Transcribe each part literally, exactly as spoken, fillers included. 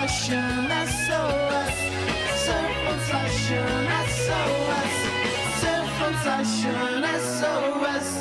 Fashion S O S, Surf Fashion S O S, Surf Fashion S O S.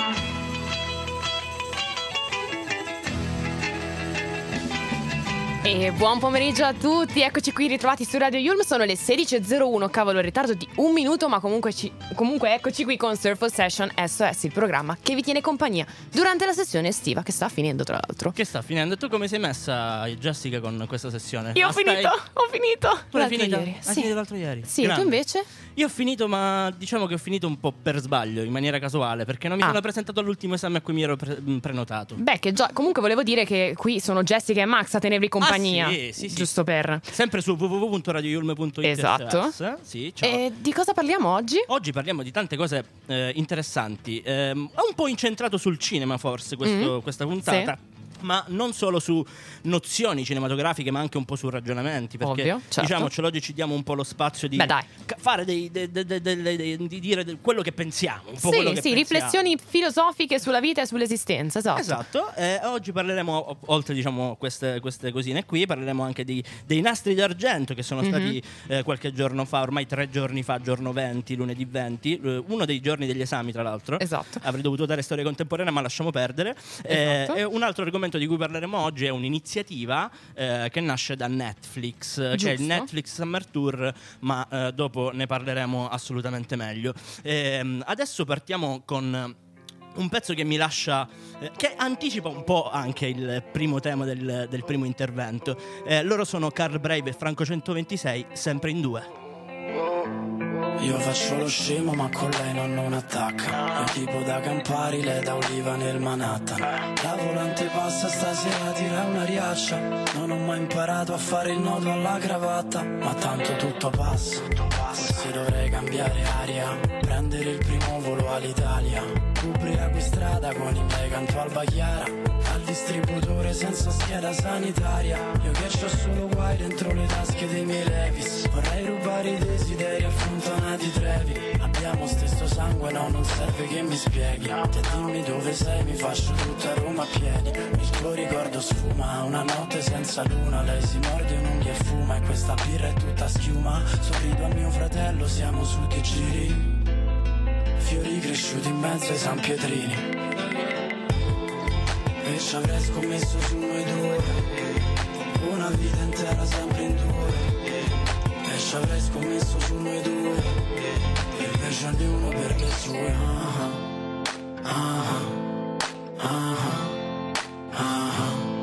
E buon pomeriggio a tutti, eccoci qui ritrovati su Radio Yulm, sono le sedici e zero uno, cavolo, in ritardo di un minuto, ma comunque, ci, comunque eccoci qui con Surf Session S O S, il programma che vi tiene compagnia durante la sessione estiva che sta finendo, tra l'altro. Che sta finendo? E tu come sei messa, Jessica, con questa sessione? Io ho Ah, finito, stai... ho finito Tu l'hai l'altro finita? ieri. Hai Sì. finito l'altro ieri? Sì, Grande. tu invece? Io ho finito, ma diciamo che ho finito un po' per sbaglio, in maniera casuale, perché non mi Ah. sono presentato all'ultimo esame a cui mi ero pre- prenotato. Beh, che già, comunque volevo dire che qui sono Jessica e Max a tenervi compagnia, Ah, sì, sì, sì. giusto per... Sempre su w w w punto radio yulm punto it. Esatto. Sì, ciao. E di cosa parliamo oggi? Oggi parliamo di tante cose eh, interessanti. Eh, un po' incentrato sul cinema, forse, questo- Mm. questa puntata. Ma non solo su nozioni cinematografiche, ma anche un po' su ragionamenti. Perché Ovvio, certo. diciamocelo, oggi ci diamo un po' lo spazio di Beh, dai. ca- fare dei, de- de- de- de- de- di dire de- quello che pensiamo. Un po' Sì, quello che sì, pensiamo. riflessioni filosofiche sulla vita e sull'esistenza, esatto. Esatto, eh, oggi parleremo, o- oltre diciamo queste, queste cosine qui, parleremo anche di, dei nastri d'argento che sono Mhm. stati eh, qualche giorno fa, ormai tre giorni fa, giorno venti, lunedì venti, eh, uno dei giorni degli esami tra l'altro. Esatto. Avrei dovuto dare storia contemporanea, ma lasciamo perdere. Eh, Esatto. e un altro argomento di cui parleremo oggi è un'iniziativa eh, che nasce da Netflix, che è il Giusto. Netflix Summer Tour, ma eh, dopo ne parleremo assolutamente meglio. Ehm, adesso partiamo con un pezzo che mi lascia, eh, che anticipa un po' anche il primo tema del, del primo intervento. Eh, loro sono Carl Brave e Franco centoventisei, sempre in due. Io faccio lo scemo ma con lei non, non attacca. È tipo da Campari, lei da Oliva nel Manhattan. La volante passa stasera, tira una riaccia. Non ho mai imparato a fare il nodo alla cravatta, ma tanto tutto passa. Forse dovrei cambiare aria, prendere il primo volo all'Italia. Ubriaco in strada con i miei canto Alba Chiara, al distributore senza scheda sanitaria. Io che c'ho solo guai dentro le tasche dei miei Levis. Vorrei rubare i desideri a Fontanati Trevi. Abbiamo stesso sangue, no, non serve che mi spieghi. Te dimmi dove sei, mi faccio tutta Roma a piedi. Il tuo ricordo sfuma, una notte senza luna. Lei si morde un'unghia e fuma, e questa birra è tutta schiuma. Sorrido a mio fratello, siamo su che giri. Fiori cresciuti in mezzo ai San Pietrini. E ci avrei scommesso su noi due, una vita intera sempre in due. E ci avrei scommesso su noi due, invece ognuno per le sue. Ah, ah, ah, ah,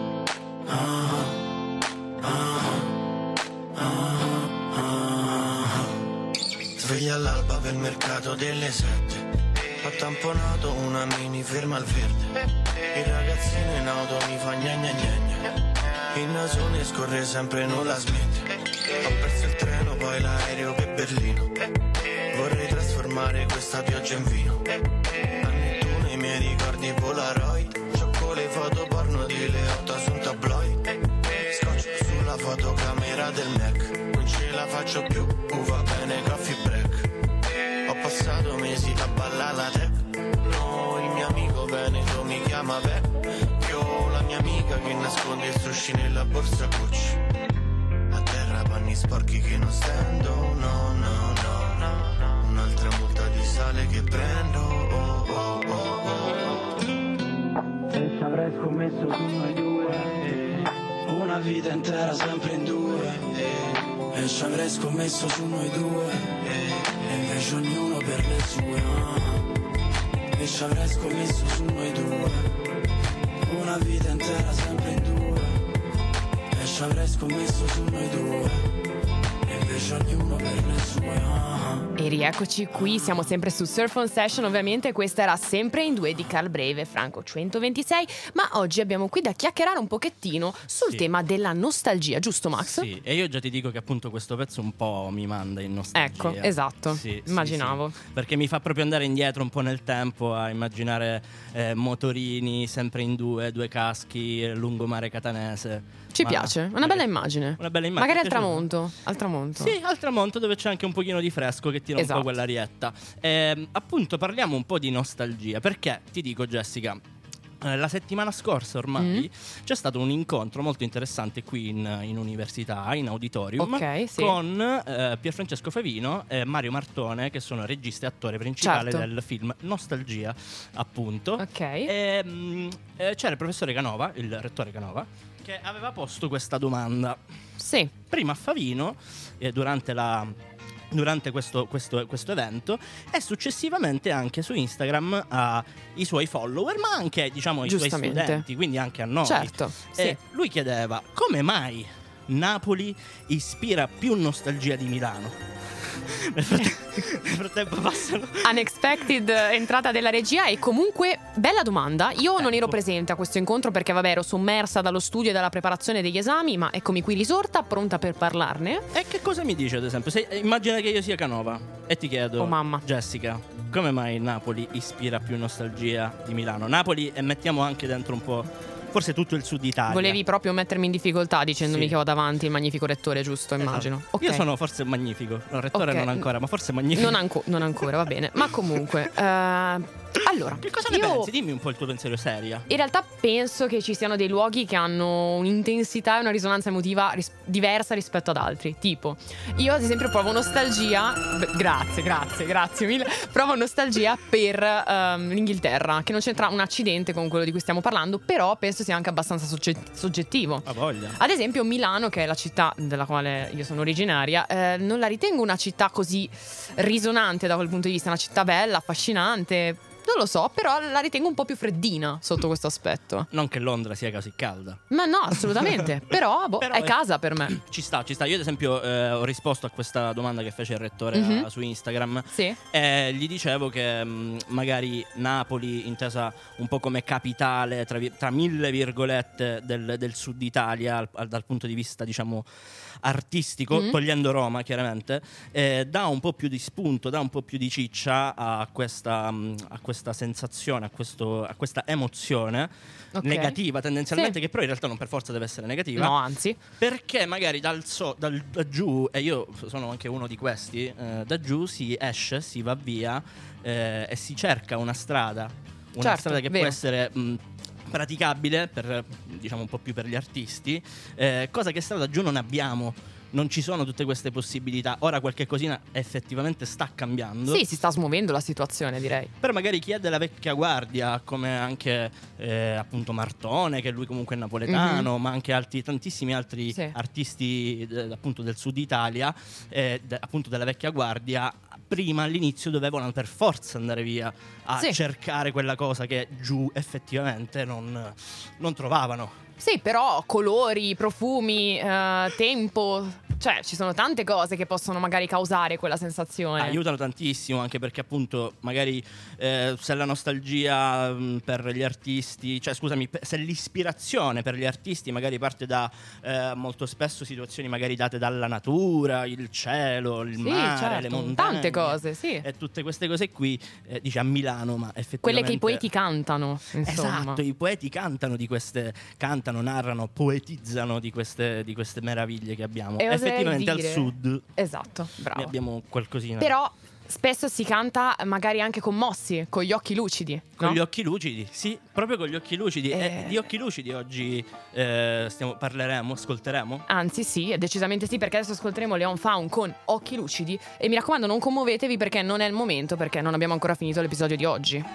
ah, ah, ah. Sveglia all'alba per il mercato delle sette. Ho tamponato una mini ferma al verde. Il ragazzino in auto mi fa gna gna gna gna. Il nasone scorre sempre, non la smette. Ho perso il treno, poi l'aereo per Berlino. Vorrei trasformare questa pioggia in vino. A Nettuno i miei ricordi Polaroid. Gioco le foto porno di Leotta su un tabloid. Scotch sulla fotocamera del Mac. Non ce la faccio più, uh, va bene coffee break. Ho passato mesi da ballare la tech. No, il mio amico Veneto mi chiama Beck. Io la mia amica che nasconde il sushi nella borsa Gucci. A terra panni sporchi che non stendo. No, no, no, no. Un'altra multa di sale che prendo. Oh, oh, oh, oh. E ci avrei scommesso su noi due, una vita intera sempre in due. E ci avrei scommesso su noi due, e invece ognuno per le sue. Ah. E ci avrei scommesso su noi due, una vita intera sempre in due. E ci avrei scommesso su noi due, e invece ognuno per le sue. Ah. E rieccoci qui, siamo sempre su Surf on Session, ovviamente questa era sempre in due di Carl Brave e Franco centoventisei, ma oggi abbiamo qui da chiacchierare un pochettino sul Sì. tema della nostalgia, giusto Max? Sì, e io già ti dico che appunto questo pezzo un po' mi manda in nostalgia. Ecco, esatto, Sì, sì, immaginavo. sì. Perché mi fa proprio andare indietro un po' nel tempo a immaginare eh, motorini sempre in due, due caschi, lungomare catanese. Ci Ma- piace, una bella immagine. Una bella immagine. Magari al Ti è piaciuta? tramonto, al tramonto. Sì, al tramonto dove c'è anche un pochino di fresco che tira Esatto. un po' quell'arietta. Ehm, appunto parliamo un po' di nostalgia, perché ti dico Jessica, eh, la settimana scorsa ormai mm. c'è stato un incontro molto interessante qui in, in università, in auditorium, okay, sì. con eh, Pierfrancesco Favino e Mario Martone, che sono regista e attore principale certo. del film Nostalgia, appunto. Ok. E, mh, eh, c'era il professore Canova, il rettore Canova, che aveva posto questa domanda. Sì. Prima a Favino, eh, durante la... durante questo, questo, questo evento, e successivamente anche su Instagram ai suoi follower, ma anche, diciamo, ai suoi studenti, quindi anche a noi. Certo, e sì. lui chiedeva: come mai Napoli ispira più nostalgia di Milano? Nel frattempo, nel frattempo passano. Unexpected entrata della regia. E comunque bella domanda. Io ecco. non ero presente a questo incontro perché vabbè ero sommersa dallo studio e dalla preparazione degli esami, ma eccomi qui risorta, pronta per parlarne. E che cosa mi dice, ad esempio? Se, immagina che io sia Canova e ti chiedo: oh mamma, Jessica, come mai Napoli ispira più nostalgia di Milano? Napoli, e mettiamo anche dentro un po', forse tutto il sud Italia. volevi proprio mettermi in difficoltà dicendomi sì. che ho davanti il magnifico rettore, giusto? Esatto. Immagino. Okay. Io sono forse magnifico. No, rettore okay. non ancora, ma forse magnifico. Non, anco- non ancora, va bene. Ma comunque uh, allora, che cosa ne io pensi? Dimmi un po' il tuo pensiero, seria. in realtà penso che ci siano dei luoghi che hanno un'intensità e una risonanza emotiva ris- diversa rispetto ad altri. Tipo, io ad esempio provo nostalgia. Beh, grazie, grazie, grazie mille. Provo nostalgia per um, l'Inghilterra, che non c'entra un accidente con quello di cui stiamo parlando, però penso sia anche abbastanza sogge- soggettivo. A voglia. Ad esempio Milano, che è la città della quale io sono originaria, eh, non la ritengo una città così risonante da quel punto di vista. È una città bella, affascinante. Non lo so, però la ritengo un po' più freddina sotto questo aspetto. Non che Londra sia così calda. Ma no, assolutamente. Però, boh, Però è è- casa per me. Ci sta, ci sta. Io ad esempio eh, ho risposto a questa domanda che fece il rettore Mhm. a- su Instagram. Sì. E gli dicevo che mh, magari Napoli, intesa un po' come capitale, tra, vi- tra mille virgolette, del, del sud Italia, al- al- dal punto di vista, diciamo, artistico, Mhm. togliendo Roma chiaramente, eh, dà un po' più di spunto, dà un po' più di ciccia a questa, mh, a questa sensazione, a, questo, a questa emozione Ok. negativa tendenzialmente, Sì. che però in realtà non per forza deve essere negativa. No, anzi. Perché magari dal so, dal, da giù, e io sono anche uno di questi, eh, da giù si esce, si va via eh, e si cerca una strada, una Certo, strada che vero. può essere mh, praticabile per, diciamo, un po' più per gli artisti, eh, cosa che strada giù non abbiamo. Non ci sono tutte queste possibilità. Ora qualche cosina effettivamente sta cambiando. Sì, si sta smuovendo la situazione, direi. Però magari chi è della vecchia guardia, come anche eh, appunto Martone, che lui comunque è napoletano, Mhm. ma anche altri, tantissimi altri Sì. artisti eh, appunto del sud Italia, eh, de- appunto della vecchia guardia, prima all'inizio dovevano per forza andare via a Sì. cercare quella cosa che giù effettivamente non, non trovavano. Sì, però colori, profumi, eh, tempo, cioè ci sono tante cose che possono magari causare quella sensazione. Aiutano tantissimo, anche perché appunto magari eh, se la nostalgia mh, per gli artisti, cioè scusami, pe- se l'ispirazione per gli artisti magari parte da eh, molto spesso situazioni magari date dalla natura, il cielo, il Sì, mare, certo, le montagne, tante cose, sì. e tutte queste cose qui, eh, dice a Milano, ma effettivamente Quelle che i poeti cantano, insomma. Esatto, i poeti cantano di queste, cantano, narrano, poetizzano di queste, di queste meraviglie che abbiamo. E oserei Effettivamente al dire- sud Esatto, bravo. ne abbiamo qualcosina. Però spesso si canta magari anche commossi, con gli occhi lucidi, Con no? gli occhi lucidi, sì, proprio con gli occhi lucidi. Eh. E di occhi lucidi oggi eh, stiamo, parleremo, ascolteremo. Anzi sì, decisamente sì, perché adesso ascolteremo Leon Faun con Occhi lucidi. E mi raccomando, non commuovetevi perché non è il momento, perché non abbiamo ancora finito l'episodio di oggi.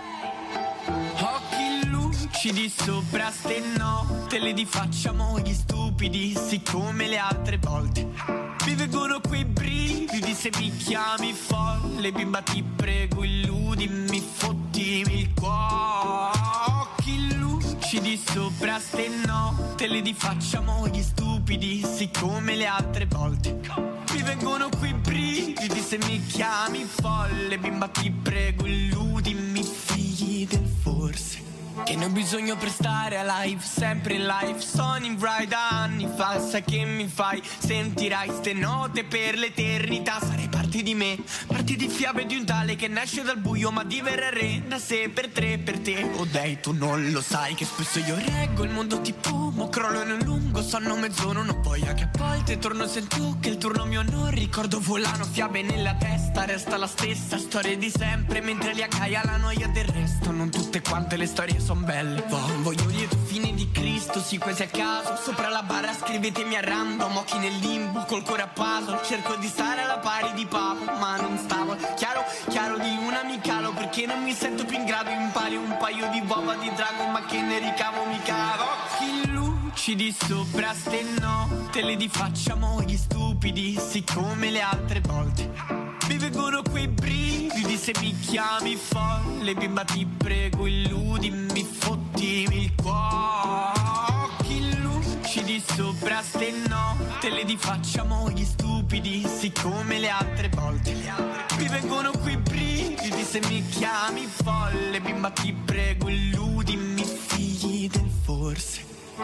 Occhi lucidi sopra ste notte, le rifacciamo gli stupidi, siccome le altre volte. Mi vengono quei brividi se mi chiami folle, bimba ti prego illudimi, fottimi il cuore. Occhi lucidi sopra ste notte, le rifacciamo gli stupidi, siccome le altre volte. Mi vengono quei brividi se mi chiami folle, bimba ti prego illudimi, figli del forse. Che ne ho bisogno per stare alive, sempre in life, sono in ride da anni, fa, sai che mi fai, sentirai ste note per l'eternità. Sarai parte di me, parte di fiabe di un tale che nasce dal buio ma diverrà re da sé per tre per te. Oh dai, tu non lo sai che spesso io reggo il mondo tipo mo crollo in un lungo sonno mezz'ora, non voglia che a volte torno sento che il turno mio non ricordo volano, fiabe nella testa, resta la stessa storia di sempre mentre li accaia la noia del resto. Non tutte quante le storie son belle, oh, voglio lieto fine di Cristo, sì quasi a caso, sopra la barra scrivetemi a random, occhi nel limbo col cuore a puzzle, cerco di stare alla pari di Papo ma non stavo, chiaro, chiaro di luna mi calo perché non mi sento più in grado, impari un paio di uova di drago ma che ne ricavo mi cavo. Occhi lucidi sopra ste notte, le rifacciamo gli stupidi, sì come le altre volte. Mi vengono quei brividi se mi chiami folle, bimba ti prego illudimi, fottimi il cuore. Occhi lucidi sopra ste notte, le rifacciamo gli stupidi, sì come le altre volte. Mi vengono quei brividi se mi chiami folle, bimba ti prego illudimi, figli del forse.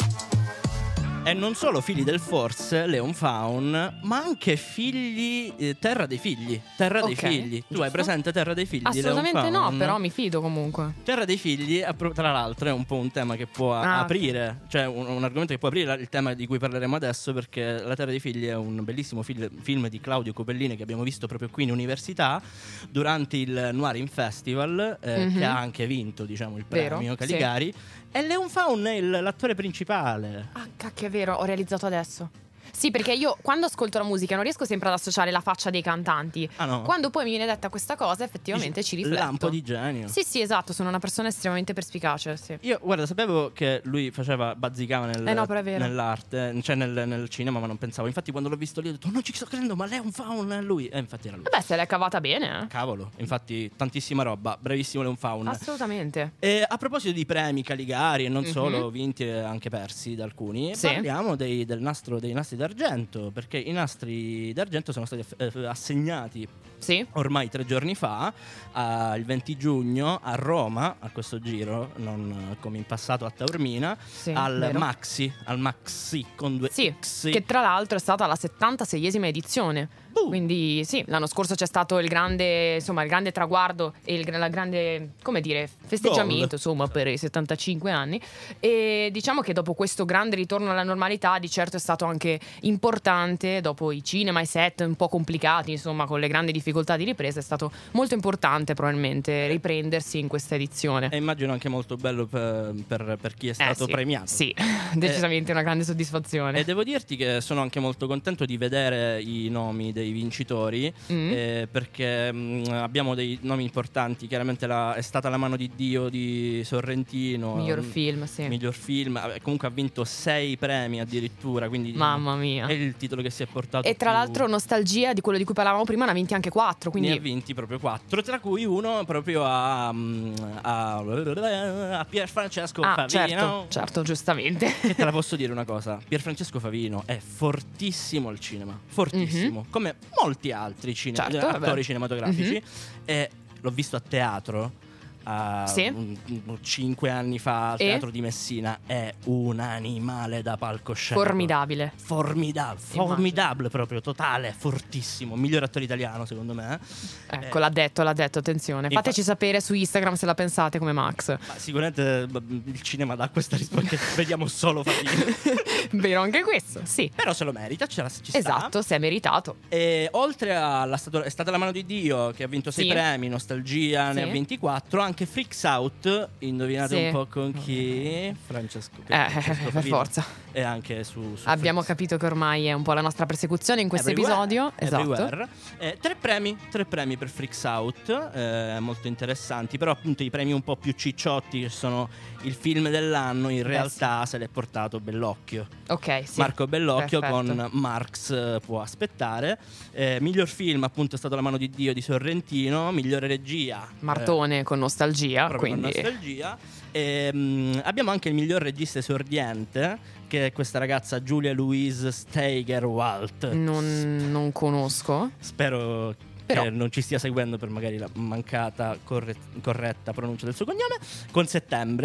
E non solo figli del Force, Leon Faun, ma anche figli, eh, Terra dei Figli. Terra Ok, dei Figli. Tu giusto. hai presente Terra dei Figli di Leon Assolutamente no, Faun? però mi fido comunque. Terra dei Figli, appro- tra l'altro, è un po' un tema che può Ah, aprire, cioè un, un argomento che può aprire il tema di cui parleremo adesso, perché La Terra dei Figli è un bellissimo fil- film di Claudio Copellini che abbiamo visto proprio qui in università durante il Noirin Festival, eh, Mhm. che ha anche vinto, diciamo, il Vero, premio sì. Caligari. E Leon Faun è il- l'attore principale. Ah, cacchio, è vero, ho realizzato adesso. Sì, perché io quando ascolto la musica non riesco sempre ad associare la faccia dei cantanti. Ah no? Quando poi mi viene detta questa cosa, effettivamente ci rifletto. Lampo di genio. Sì, sì, esatto, sono una persona estremamente perspicace, sì. Io, guarda, sapevo che lui faceva, bazzicava nel- Eh no, però è vero. nell'arte, cioè nel, nel cinema, ma non pensavo. Infatti, quando l'ho visto lì, ho detto: non ci sto credendo, ma Leon Faun è lui. E infatti era lui. Vabbè, se l'è cavata bene, eh. Cavolo, infatti, tantissima roba. Bravissimo Leon Faun. Assolutamente. E a proposito di premi Caligari, e non Mhm. solo, vinti e anche persi da alcuni, Sì. parliamo dei, del nastro, dei nastri d'argento. Perché i nastri d'argento sono stati eh, assegnati Sì. ormai tre giorni fa, eh, il venti giugno, a Roma, a questo giro, non eh, come in passato a Taormina, Sì, al vero. Maxi, al Maxi con due Sì, X. che tra l'altro è stata la settantaseiesima edizione. Buh. Quindi sì, l'anno scorso c'è stato il grande, insomma, il grande traguardo e il gra- la grande, come dire, festeggiamento, Gol. insomma, per i settantacinque anni. E diciamo che dopo questo grande ritorno alla normalità, di certo è stato anche importante, dopo i cinema, i set un po' complicati, insomma, con le grandi difficoltà di ripresa, è stato molto importante probabilmente riprendersi in questa edizione. E immagino anche molto bello per, per- per chi è Eh, stato sì, premiato. Sì, decisamente una grande soddisfazione. E devo dirti che sono anche molto contento di vedere i nomi dei vincitori, Mm. eh, perché mh, abbiamo dei nomi importanti. Chiaramente la- è stata La mano di Dio di Sorrentino, Miglior mm, film, sì. miglior film. Eh, Comunque ha vinto sei premi addirittura, quindi Mamma mia. è il titolo che si è portato. E tra più- l'altro nostalgia di quello di cui parlavamo prima, ne ha vinti anche quattro, ne ha quindi vinti proprio quattro, tra cui uno proprio a, mm, a, a Pier Francesco ah, Favino. certo, certo, giustamente. E te la posso dire una cosa, Pierfrancesco Favino è fortissimo al cinema, fortissimo, come molti altri cine- Certo, attori vabbè. cinematografici. Mhm. E l'ho visto a teatro a Sì. un- un- cinque anni fa al E? Teatro di Messina. È un animale da palcoscenico. Formidabile. Formidabile, formidabile proprio, totale, fortissimo. Miglior attore italiano secondo me. Ecco, Eh, l'ha detto, l'ha detto, attenzione. Infatti- Fateci sapere su Instagram se la pensate come Max. ma sicuramente b- il cinema dà questa risposta, che vediamo solo Favino. Vero anche questo? Sì. Però se lo merita, ce la, ci sta. Esatto, se è meritato. E oltre alla stato- è stata La mano di Dio che ha vinto sei Sì. premi, Nostalgia ne Sì. ha ventiquattro, anche Freaks Out, indovinate Sì. un po' con chi? Francesco, Eh, Francesco per Favino. forza. E anche su, su Abbiamo Freaks. capito che ormai è un po' la nostra persecuzione in questo Everywhere, episodio. Esatto. Everywhere. Eh, tre premi, tre premi per Freaks Out, eh, molto interessanti, però appunto i premi un po' più cicciotti, che sono il film dell'anno, in Beh, realtà se l'è portato Bellocchio. Ok, sì. Marco Bellocchio Perfetto. con Marx, eh, può aspettare. Eh, miglior film appunto è stato La mano di Dio di Sorrentino. Migliore regia, Martone con nostalgia, eh, proprio con quindi nostalgia. E, mm, abbiamo anche il miglior regista esordiente, che è questa ragazza Julia Louise Steigerwalt. non, non conosco. Spero Però. che non ci stia seguendo per magari la mancata corre- corretta pronuncia del suo cognome. Con Settembre.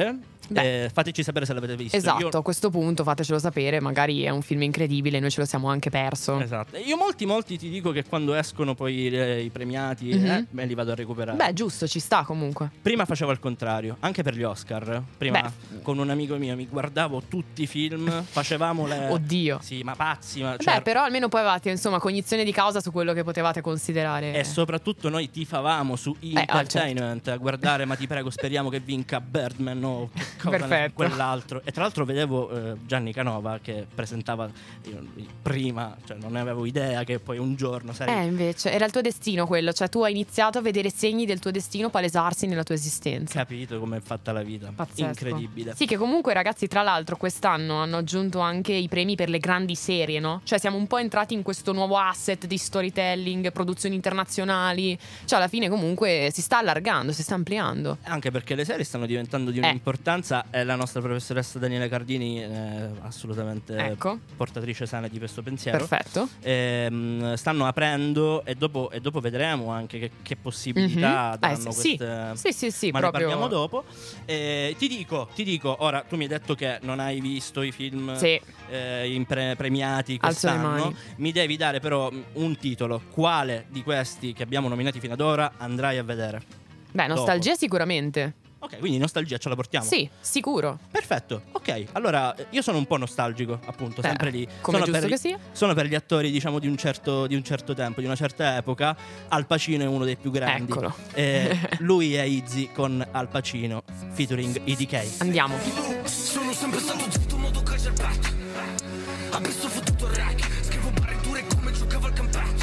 Eh, fateci sapere se l'avete visto. Esatto, Io... a questo punto fatecelo sapere, magari è un film incredibile, noi ce lo siamo anche perso. Esatto. Io molti molti ti dico che quando escono poi eh, i premiati Mhm. eh, me li vado a recuperare. Beh, giusto, ci sta comunque. Prima facevo al contrario, anche per gli Oscar. Prima Beh. con un amico mio mi guardavo tutti i film, facevamo le... Oddio. Sì, ma pazzi, ma... cioè, Beh, però almeno poi avevate insomma cognizione di causa su quello che potevate considerare. E soprattutto noi tifavamo su Entertainment a guardare, ma ti prego speriamo che vinca Birdman o che cosa ne- Perfetto. quell'altro. E tra l'altro vedevo eh, Gianni Canova che presentava io, prima, cioè non ne avevo idea che poi un giorno sarei... Eh, invece, era il tuo destino quello, cioè tu hai iniziato a vedere segni del tuo destino palesarsi nella tua esistenza. Capito come è fatta la vita. Pazzesco. Incredibile. Sì, che comunque ragazzi, tra l'altro quest'anno hanno aggiunto anche i premi per le grandi serie, no? Cioè siamo un po' entrati in questo nuovo asset di storytelling, produzioni internazionali. Cioè alla fine comunque si sta allargando, si sta ampliando. Anche perché le serie stanno diventando di Eh. un'importanza e la nostra professoressa Daniele Cardini è assolutamente Ecco. portatrice sana di questo pensiero. Perfetto. Ehm, stanno aprendo e dopo, e dopo vedremo anche che, che possibilità Mhm. Eh, danno sì, queste... sì, sì, sì, ma proprio- ne parliamo dopo. Eh, ti dico, ti dico, ora tu mi hai detto che non hai visto i film Sì. eh, in pre- premiati Alzo le quest'anno. mani. Mi devi dare però mh, un titolo. Quale di questi che abbiamo nominati fino ad ora andrai a vedere? Beh, nostalgia sicuramente. Ok, quindi nostalgia ce la portiamo. Sì, sicuro. Perfetto, ok. Allora eh, io sono un po' nostalgico, appunto, Beh, sempre lì. come sono giusto per, che sia. Sono per gli attori, diciamo, di un certo, di un certo tempo, di una certa epoca. Al Pacino è uno dei più grandi. Eccolo. Eh, lui è Izzy con Al Pacino featuring E D K. Andiamo. Sono sempre stato zitto, modo calcio al petto. Adesso ho fottuto il rack. Scrivo barre dure come giocavo al campetto.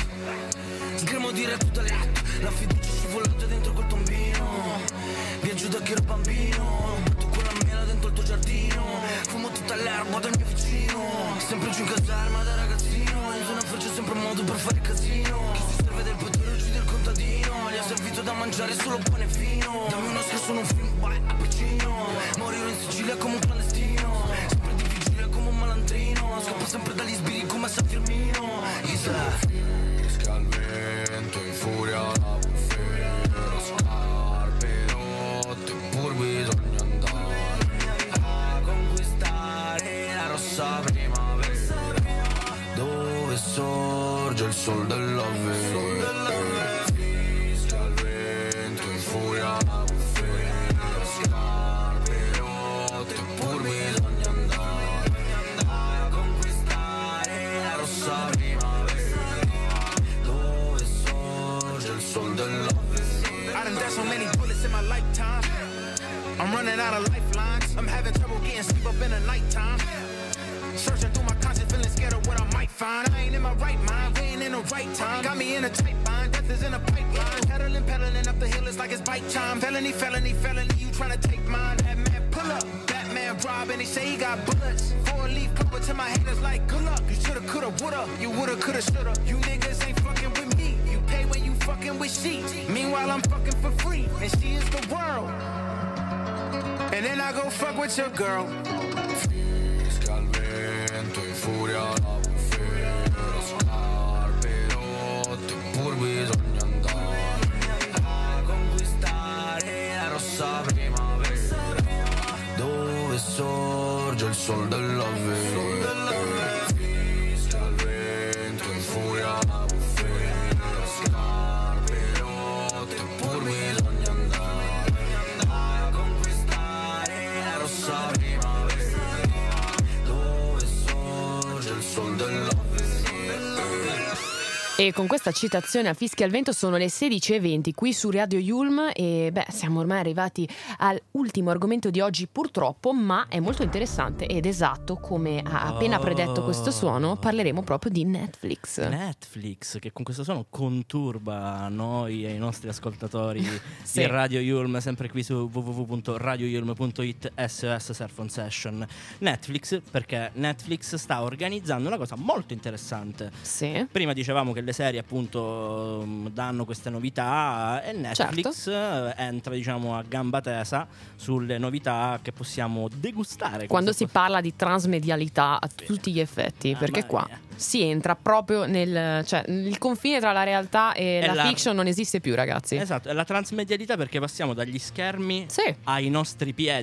Sgremo diretto dal letto. La fiducia scivolata dentro col tombino. Viaggio da che ero bambino. Butto quella mela dentro il tuo giardino. Fumo tutta l'erba del mio vicino. Sempre giù in caserma da ragazzino. In zona faccio sempre un modo per fare casino. Chi si serve del potere uccide il contadino. Gli ha servito da mangiare solo pane e vino. Dammi una scherzo, sono un film, vai a Pacino. Morirò in Sicilia come un clandestino. Sempre di vigilia come un malandrino. Scappo sempre dagli sbirri come San Firmino. Isa. Fischia il vento, in furia la bufera. Scarpe rotte, pur bisogna andare a conquistare la rossa primavera. Dove sorge il sol della vera. Fischia il vento, in furia la bufera. Scarpe rotte, pur bisogna andare a conquistare la rossa primavera. Dove sorge il sol della vera. I done done so many bullets in my lifetime. I'm running out of lifelines. I'm having trouble getting sleep up in the nighttime. Searching through my conscience, feeling scared of what I might find. I ain't in my right mind, we ain't in the right time. Got me in a tight bind, death is in a pipeline. Pedaling, pedaling up the hill, it's like it's bike time. Felony, felony, felony, you tryna take mine. That man pull up, that man rob, and they say he got bullets. Four leaf cover to my haters like good luck. You shoulda, coulda, woulda, you woulda, coulda, shoulda. You niggas ain't fucking with me. You pay when you fucking with she. Meanwhile I'm fucking for free, and she is the world. And then I go fuck with your girl. Fischia il vento, in furia la bufera. Scarpe rotte, pur bisogna andare a conquistare la rossa primavera. Dove sorge il sol della vera. Fischia il vento, in furia la bufera. Scarpe rotte, pur bisogna andare a conquistare la rossa primavera. Dove sorge il sol della vera. E con questa citazione a fischia al vento sono le sedici e venti qui su Radio Yulm e beh, siamo ormai arrivati all'ultimo argomento di oggi purtroppo, ma è molto interessante ed esatto, come ha appena predetto questo suono, parleremo proprio di Netflix. Netflix, che con questo suono conturba noi e i nostri ascoltatori Sì. di Radio Yulm, sempre qui su w w w punto radio yulm punto i t. S O S Surf on Session. Netflix, perché Netflix sta organizzando una cosa molto interessante. Sì. Prima dicevamo che le serie appunto um, danno queste novità e Netflix Certo. eh, entra diciamo a gamba tesa sulle novità che possiamo degustare. Quando si Questa- parla di transmedialità a tutti gli effetti, Mamma perché qua mia. si entra proprio nel, cioè il confine tra la realtà e, E la, la- fiction non esiste più, ragazzi. Esatto, è la transmedialità perché passiamo dagli schermi Sì. ai nostri piedi.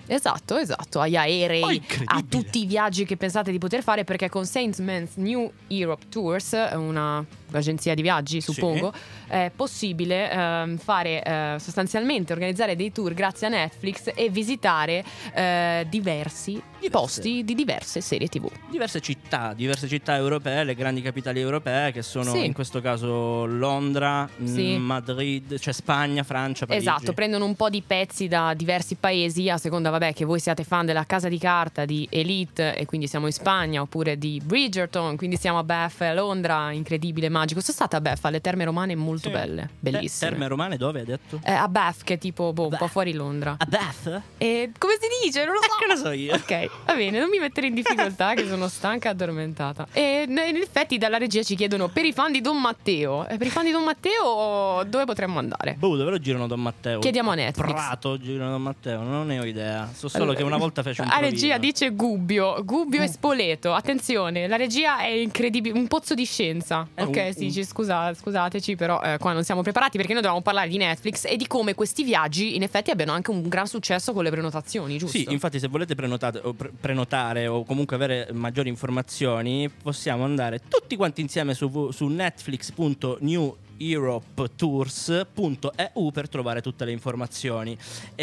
Esatto, esatto, agli aerei, Oh, incredibile. a tutti i viaggi che pensate di poter fare, perché con Saint Man's New Europe Tours, una agenzia di viaggi suppongo, Sì. è possibile ehm, fare eh, sostanzialmente organizzare dei tour grazie a Netflix e visitare eh, diversi Diverse. posti di diverse serie tv. Diverse città, diverse città europee, le grandi capitali europee che sono Sì. in questo caso Londra, Sì. mh, Madrid, cioè Spagna, Francia, Parigi. Esatto, prendono un po' di pezzi da diversi paesi, a seconda, vabbè, che voi siate fan della Casa di Carta, di Elite, e quindi siamo in Spagna, oppure di Bridgerton, quindi siamo a Bath, a Londra, incredibile, magico. Sono stata a Bath, alle terme romane molto Sì. belle, bellissime. Terme romane dove hai detto? Eh, a Bath, che è tipo boh, un po' Bath. fuori Londra. A Bath? E come si dice? Non lo so. Che ne so io. Ok, va bene, non mi mettere in difficoltà che sono stanca e addormentata. E n- in effetti dalla regia ci chiedono per i fan di Don Matteo. E per i fan di Don Matteo dove potremmo andare? Boh, dove lo girano Don Matteo? Chiediamo a Netflix. Prato girano Don Matteo, non ne ho idea. So solo Allora, che una volta fece un La provino. regia dice Gubbio, Gubbio e Spoleto. Attenzione, la regia è incredibile, un pozzo di scienza. È ok, un- sì, un- ci scusa- scusateci, però eh, qua non siamo preparati perché noi dovevamo parlare di Netflix e di come questi viaggi in effetti abbiano anche un gran successo con le prenotazioni, giusto? Sì, infatti se volete prenotate, o pre- prenotare o comunque avere maggiori informazioni, possiamo andare tutti quanti insieme su, su netflix punto new europe tours punto e u per trovare tutte le informazioni.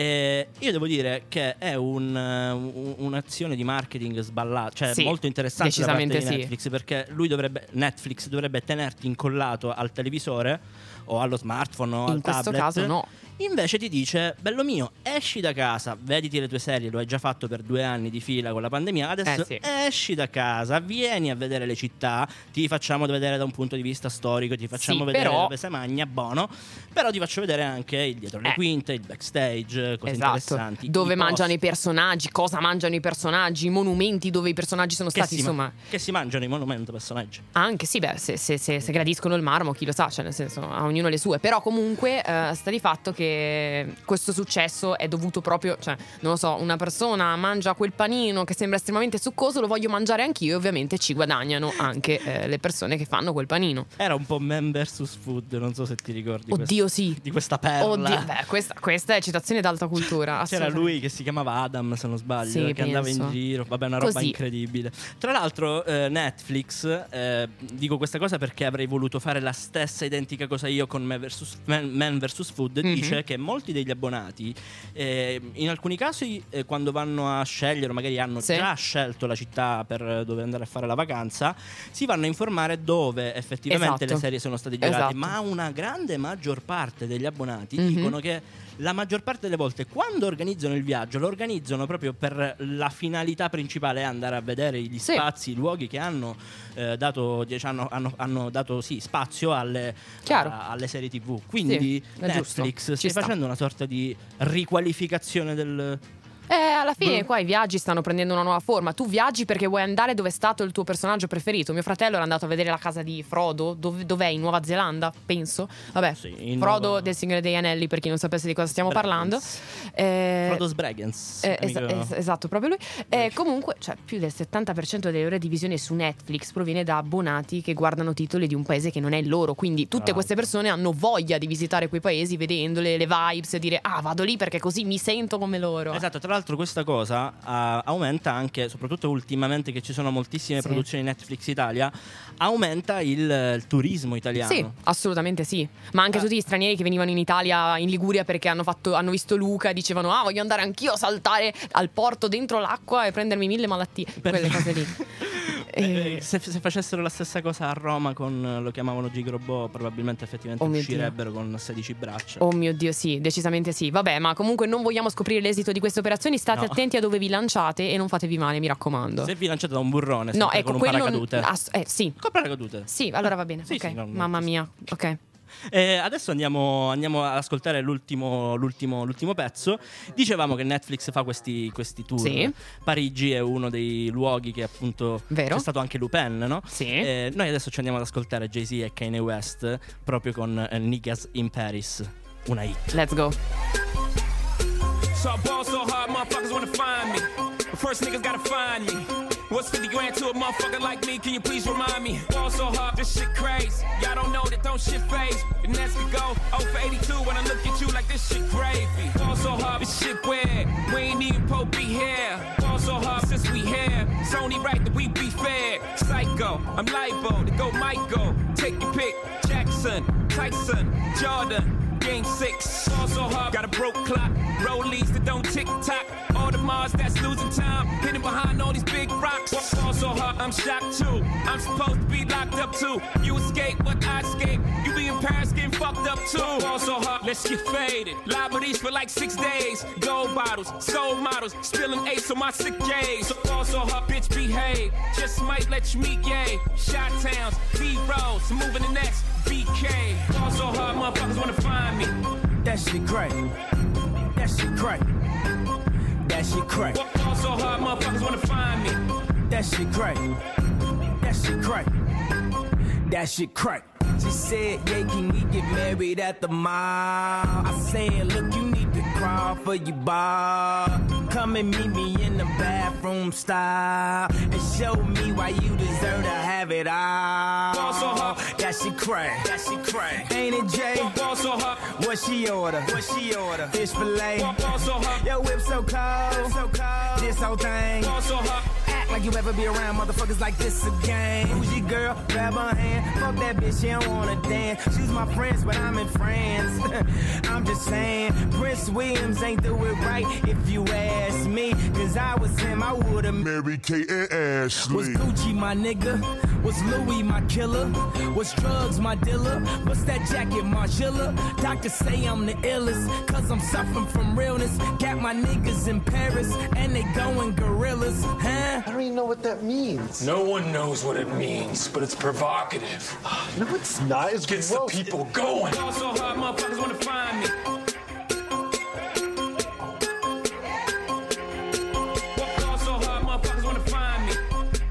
E io devo dire che è un, un- un'azione di marketing sballata, cioè Sì, molto interessante da parte di decisamente sì. Netflix, perché lui dovrebbe Netflix dovrebbe tenerti incollato al televisore o allo smartphone o In al questo tablet. caso no. Invece ti dice: bello mio, esci da casa, vediti le tue serie, lo hai già fatto per due anni di fila con la pandemia, adesso Eh, sì. esci da casa, vieni a vedere le città, ti facciamo vedere da un punto di vista storico, ti facciamo Sì, vedere però- dove si mangia, buono, però ti faccio vedere anche il dietro le Eh. quinte, il backstage, cose Esatto. interessanti. Dove i mangiano i posti personaggi, cosa mangiano i personaggi, i monumenti dove i personaggi sono che stati, si, ma- insomma. che si mangiano i monumenti personaggi. Anche sì, beh, se, se- se- se gradiscono il marmo, chi lo sa, cioè nel senso, a ognuno le sue. Però comunque eh, sta di fatto che questo successo è dovuto proprio, cioè, non lo so, una persona mangia quel panino che sembra estremamente succoso, lo voglio mangiare anch'io e ovviamente ci guadagnano anche eh, le persone che fanno quel panino. Era un po' Man versus Food, non so se ti ricordi Oddio, questa- sì. di questa perla. Oddio, beh, questa, questa è citazione d'alta cultura. C'era assolutamente. lui che si chiamava Adam, se non sbaglio, Sì, che andava in penso. giro. Vabbè, una roba Così. incredibile. Tra l'altro, eh, Netflix, eh, dico questa cosa perché avrei voluto fare la stessa identica cosa io con Man versus, Man, Man versus Food. Mhm. Dice che molti degli abbonati, eh, in alcuni casi, eh, quando vanno a scegliere, o magari hanno Sì. già scelto la città per eh, dove andare a fare la vacanza, si vanno a informare dove effettivamente Esatto. le serie sono state girate. Esatto. Ma una grande maggior parte degli abbonati Mhm. dicono che la maggior parte delle volte quando organizzano il viaggio lo organizzano proprio per la finalità principale, è andare a vedere gli Sì. spazi, i luoghi che hanno eh, dato, diciamo, hanno, hanno, hanno dato sì, spazio alle, Chiaro. a- alle serie tv. Quindi Sì, è giusto. Netflix Ci stai sta. facendo una sorta di riqualificazione del... Eh, alla fine Boh. qua i viaggi stanno prendendo una nuova forma. Tu viaggi perché vuoi andare dove è stato il tuo personaggio preferito. Mio fratello era andato a vedere la casa di Frodo. Dove, dov'è? In Nuova Zelanda, penso. Vabbè, Sì, in Frodo Nuova- del Signore degli Anelli, per chi non sapesse di cosa stiamo parlando. Bregenz. Eh, Frodo Bregenz, eh, es- amico. es- esatto, proprio lui. Eh, comunque, cioè, più del settanta per cento delle ore di visione su Netflix proviene da abbonati che guardano titoli di un paese che non è il loro. Quindi tutte Ah. queste persone hanno voglia di visitare quei paesi, vedendole, le vibes, e dire ah, vado lì perché così mi sento come loro. Esatto, tra l'altro questa cosa ah, aumenta anche, soprattutto ultimamente che ci sono moltissime Sì. produzioni Netflix Italia, aumenta il, il turismo italiano. Sì, assolutamente sì. Ma anche Ah. tutti gli stranieri che venivano in Italia, in Liguria, perché hanno, fatto, hanno visto Luca e dicevano ah, voglio andare anch'io a saltare al porto dentro l'acqua e prendermi mille malattie. Per- Quelle cose lì. Eh, Eh, se, se facessero la stessa cosa a Roma con lo chiamavano Gigrobot, probabilmente effettivamente Oh mio uscirebbero con sedici braccia. Oh mio Dio, sì, decisamente sì. Vabbè, ma comunque non vogliamo scoprire l'esito di queste operazioni. State No. attenti a dove vi lanciate e non fatevi male, mi raccomando. Se vi lanciate da un burrone, No, sempre ecco, con un quello. paracadute. ass- eh, sì. Con paracadute. Sì, allora va bene. Sì, ok. sì, no, no, Mamma sì. mia, ok. Eh, adesso andiamo, andiamo ad ascoltare l'ultimo, l'ultimo, l'ultimo pezzo. Dicevamo che Netflix fa questi, questi tour. Sì. Parigi è uno dei luoghi che appunto Vero. c'è stato anche Lupin, no? Sì. Eh, noi adesso ci andiamo ad ascoltare Jay-Z e Kanye West proprio con eh, Niggas in Paris, una hit. Let's go. So I ball so hard, motherfuckers wanna find me. But first niggas gotta find me. What's fifty grand to a motherfucker like me? Can you please remind me? Ball so hard, this shit crazy. Y'all don't know that don't shit phase. The Nets could go oh for eighty-two when I look at you like this shit gravy. Ball so hard, this shit weird. We ain't even po be here. Ball so hard since we here. It's only right that we be fair. Psycho, I'm liable to go Michael. Take your pick. Jackson, Tyson, Jordan. Game six, ball so hard, got a broke clock. Rollies that don't tick tock. All the Mars that's losing time, hidden behind all these big rocks. Ball so hard, I'm shocked too. I'm supposed to be locked up too. You escape, but I escape. You be in Paris getting fucked up too. Ball so hard, let's get faded. Liberties for like six days. Gold bottles, soul models, spilling ace on my sick days. So ball so hard, bitch behave. Just might let you meet gay. Shot towns, B-rolls, moving the next. B K, ball so hard, motherfuckers wanna find me. That shit crack. That shit crack. That shit crack. Ball so hard, motherfuckers wanna find me. That shit crack. That shit crack. That shit crack. She said, yeah, can we get married at the mall? I said, look, you need to crawl for your bar. Come and meet me in the bathroom style and show me why you deserve to have it all. Ball so hard. That shit crack. That shit crack. Ain't it, Jay? Ball so hard. What she order? What she order? Fish fillet. Ball so hard. Your whip so cold. So cold. This whole thing. Ball so hard. Act like you ever be around motherfuckers like this again. Who's your girl? Grab her hand. Fuck that bitch, she don't wanna dance. She's my friends, but I'm in France. I'm just saying, Prince Williams ain't do it right if you ask me. Cause I was him, I would've Mary Kate and Ashley. Was Gucci my nigga? Was Louis my killer? Was drugs my dealer? What's that jacket, Margilla? Doctors say I'm the illest, cause I'm suffering from realness. Got my niggas in Paris, and they going gorillas, huh? I don't even know what that means. No one knows what it means, but it's provocative. No, it's not. It gets the people going. Ball so hard, motherfuckers wanna find me. Ball so hard, motherfuckers wanna find me.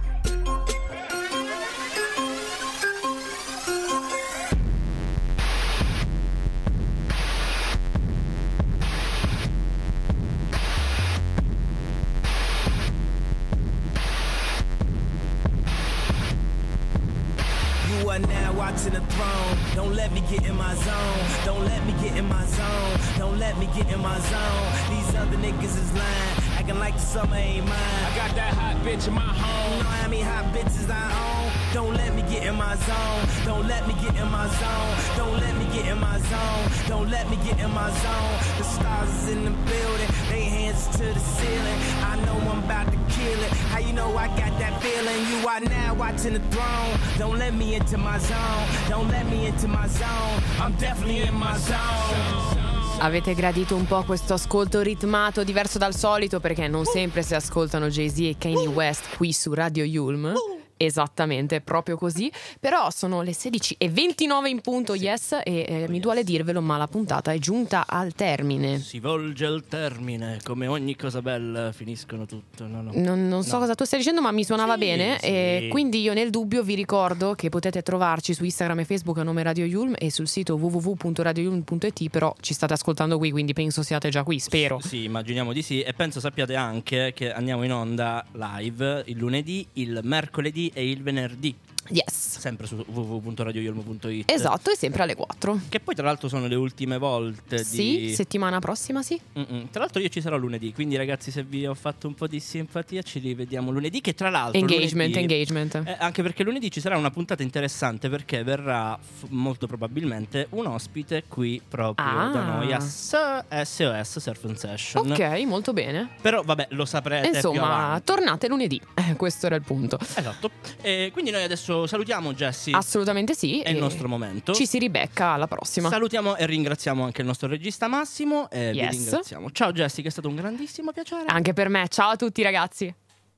You are now watching the throne. Don't let me get in my zone. Don't let me get in my zone. Don't let me get in my zone. These other niggas is lying, acting like the summer ain't mine. I got that hot bitch in my home. You know how many hot bitches I own? Don't let me get in my zone. Don't let me get in my zone. Don't let me get in my zone. Don't let me get in my zone. The stars is in the building. They hands to the ceiling. I know I'm about to kill it. How you know I got that feeling? You are now watching the throne. Don't let me into my zone. Don't let me into my zone. I'm definitely in my zone. Avete gradito un po' questo ascolto ritmato, diverso dal solito, perché non sempre si ascoltano Jay-Z e Kanye West qui su Radio Yulm. Esattamente, proprio così. Però sono le sedici e ventinove in punto, sì. Yes, e eh, mi duole dirvelo, ma la puntata è giunta al termine. Si volge al termine, come ogni cosa bella finiscono tutto. No, no. Non, non so no. cosa tu stai dicendo, ma mi suonava sì, bene, sì. E quindi io nel dubbio vi ricordo che potete trovarci su Instagram e Facebook a nome Radio Yulm e sul sito w w w punto radio yulm punto i t. Però ci state ascoltando qui, quindi penso siate già qui, spero. Sì, sì, immaginiamo di sì. E penso sappiate anche che andiamo in onda live il lunedì, il mercoledì e il venerdì. Yes. Sempre su w w w punto radio yulm punto i t. Esatto, e sempre alle quattro. Che poi tra l'altro sono le ultime volte di... Sì, settimana prossima sì. Mm-mm. Tra l'altro io ci sarò lunedì, quindi ragazzi, se vi ho fatto un po' di simpatia ci rivediamo lunedì, che tra l'altro Engagement, lunedì, engagement eh, anche perché lunedì ci sarà una puntata interessante, perché verrà f- molto probabilmente un ospite qui proprio ah. da noi a S- S O S Surf and Session. Ok, molto bene. Però vabbè, lo saprete più insomma, avanti. tornate lunedì, eh, questo era il punto. Esatto. E quindi noi adesso salutiamo Jess. Assolutamente sì. È il nostro momento. Ci si ribecca alla prossima. Salutiamo e ringraziamo anche il nostro regista Massimo. E yes. vi ringraziamo. Ciao Jessica, è stato un grandissimo piacere. Anche per me. Ciao a tutti ragazzi.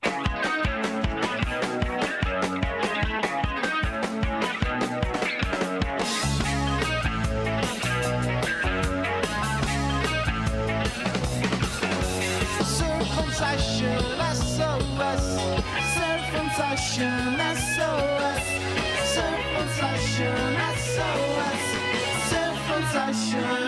Circumcision, S O S. Circumcision, S O S. Circumcision, S O S. Circumcision.